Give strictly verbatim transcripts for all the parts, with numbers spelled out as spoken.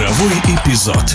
Игровой эпизод.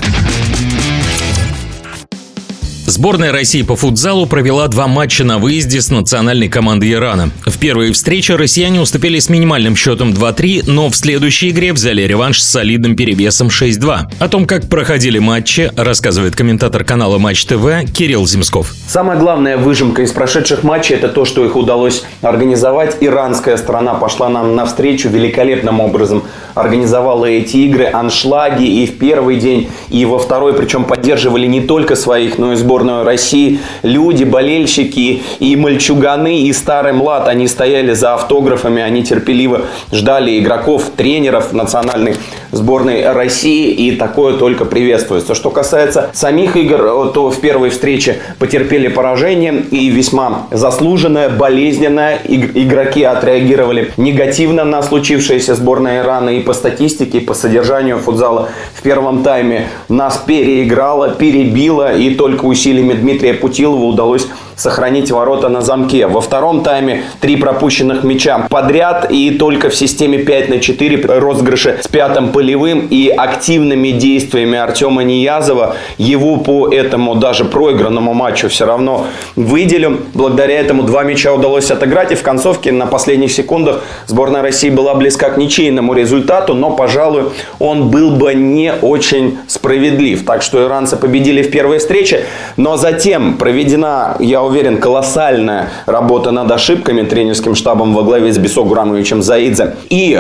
Сборная России по футзалу провела два матча на выезде с национальной командой Ирана. В первой встрече россияне уступили с минимальным счетом два-три, но в следующей игре взяли реванш с солидным перевесом шесть-два. О том, как проходили матчи, рассказывает комментатор канала Матч ТВ Кирилл Земсков. Самая главная выжимка из прошедших матчей – это то, что их удалось организовать. Иранская сторона пошла нам навстречу великолепным образом. Организовала эти игры, аншлаги и в первый день, и во второй. Причем поддерживали не только своих, но и сборную России. Люди, болельщики и мальчуганы, и старый млад. Они стояли за автографами, они терпеливо ждали игроков, тренеров национальной сборной России. И такое только приветствуется. Что касается самих игр, то в первой встрече потерпели поражение. И весьма заслуженное, болезненное. Игроки отреагировали негативно на случившееся. Сборная Ирана и по статистике, и по содержанию футзала в первом тайме нас переиграла, перебила. И только усилиями Дмитрия Путилова удалось сохранить ворота на замке. Во втором тайме три пропущенных мяча подряд и только в системе пять на четыре розыгрыши с пятым полевым и активными действиями Артема Ниязова. Его по этому даже проигранному матчу все равно выделю. Благодаря этому два мяча удалось отыграть, и в концовке на последних секундах сборная России была близка к ничейному результату, но, пожалуй, он был бы не очень справедлив. Так что иранцы победили в первой встрече, но затем проведена, я уверен, колоссальная работа над ошибками тренерским штабом во главе с Бесо Гурамовичем Заидзе. И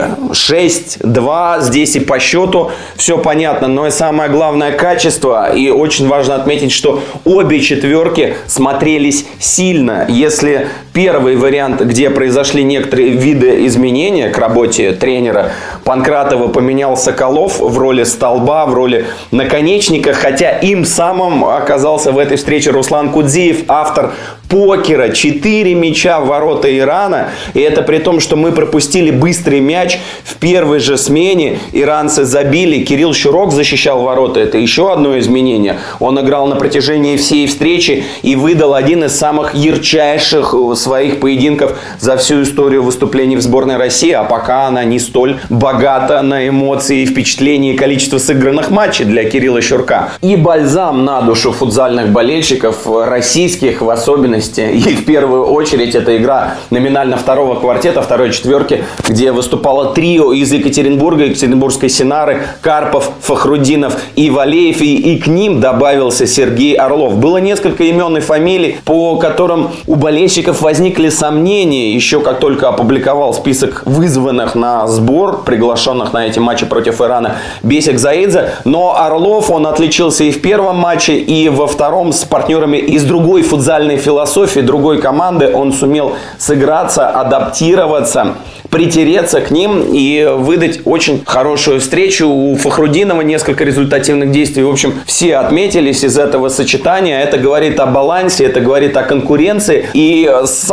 шесть-два здесь и по счету все понятно. Но и самое главное качество. И очень важно отметить, что обе четверки смотрелись сильно. Если первый вариант, где произошли некоторые виды изменения к работе тренера, Панкратова поменял Соколов в роли столба, в роли наконечника. Хотя им самым оказался в этой встрече Руслан Кудзиев, автор покера. Четыре мяча в ворота Ирана. И это при том, что мы пропустили быстрый мяч в первой же смене. Иранцы забили. Кирилл Щурок защищал ворота. Это еще одно изменение. Он играл на протяжении всей встречи и выдал один из самых ярчайших своих поединков за всю историю выступлений в сборной России. А пока она не столь богата на эмоции и впечатления и количество сыгранных матчей для Кирилла Щурка. И бальзам на душу футзальных болельщиков, российских в особенности. И в первую очередь это игра номинально второго квартета, второй четверки, где выступало трио из Екатеринбурга, Екатеринбургской Синары, Карпов, Фахрудинов и Валеев. И, и к ним добавился Сергей Орлов. Было несколько имен и фамилий, по которым у болельщиков возникли сомнения. Еще как только опубликовал список вызванных на сбор, приглашенных на эти матчи против Ирана, Бесик Заидзе. Но Орлов, он отличился и в первом матче, и во втором с партнерами из другой футзальной философии, другой команды. Он сумел сыграться, адаптироваться, притереться к ним и выдать очень хорошую встречу. У Фахрудинова несколько результативных действий. В общем, все отметились из этого сочетания. Это говорит о балансе, это говорит о конкуренции. И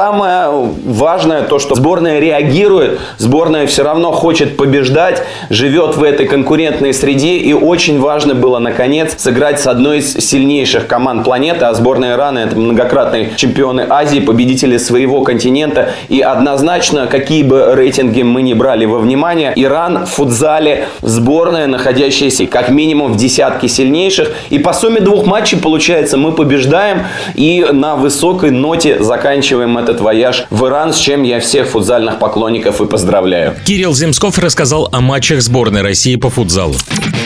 самое важное то, что сборная реагирует. Сборная все равно хочет побеждать, живет в этой конкурентной среде. И очень важно было, наконец, сыграть с одной из сильнейших команд планеты. А сборная Ирана — это многократные чемпионы Азии, победители своего континента. И однозначно, какие бы рейтинги мы не брали во внимание, Иран в футзале сборная, находящаяся как минимум в десятке сильнейших. И по сумме двух матчей, получается, мы побеждаем и на высокой ноте заканчиваем этот вояж в Иран, с чем я всех футзальных поклонников и поздравляю. Кирилл Земсков рассказал о матчах сборной России по футзалу.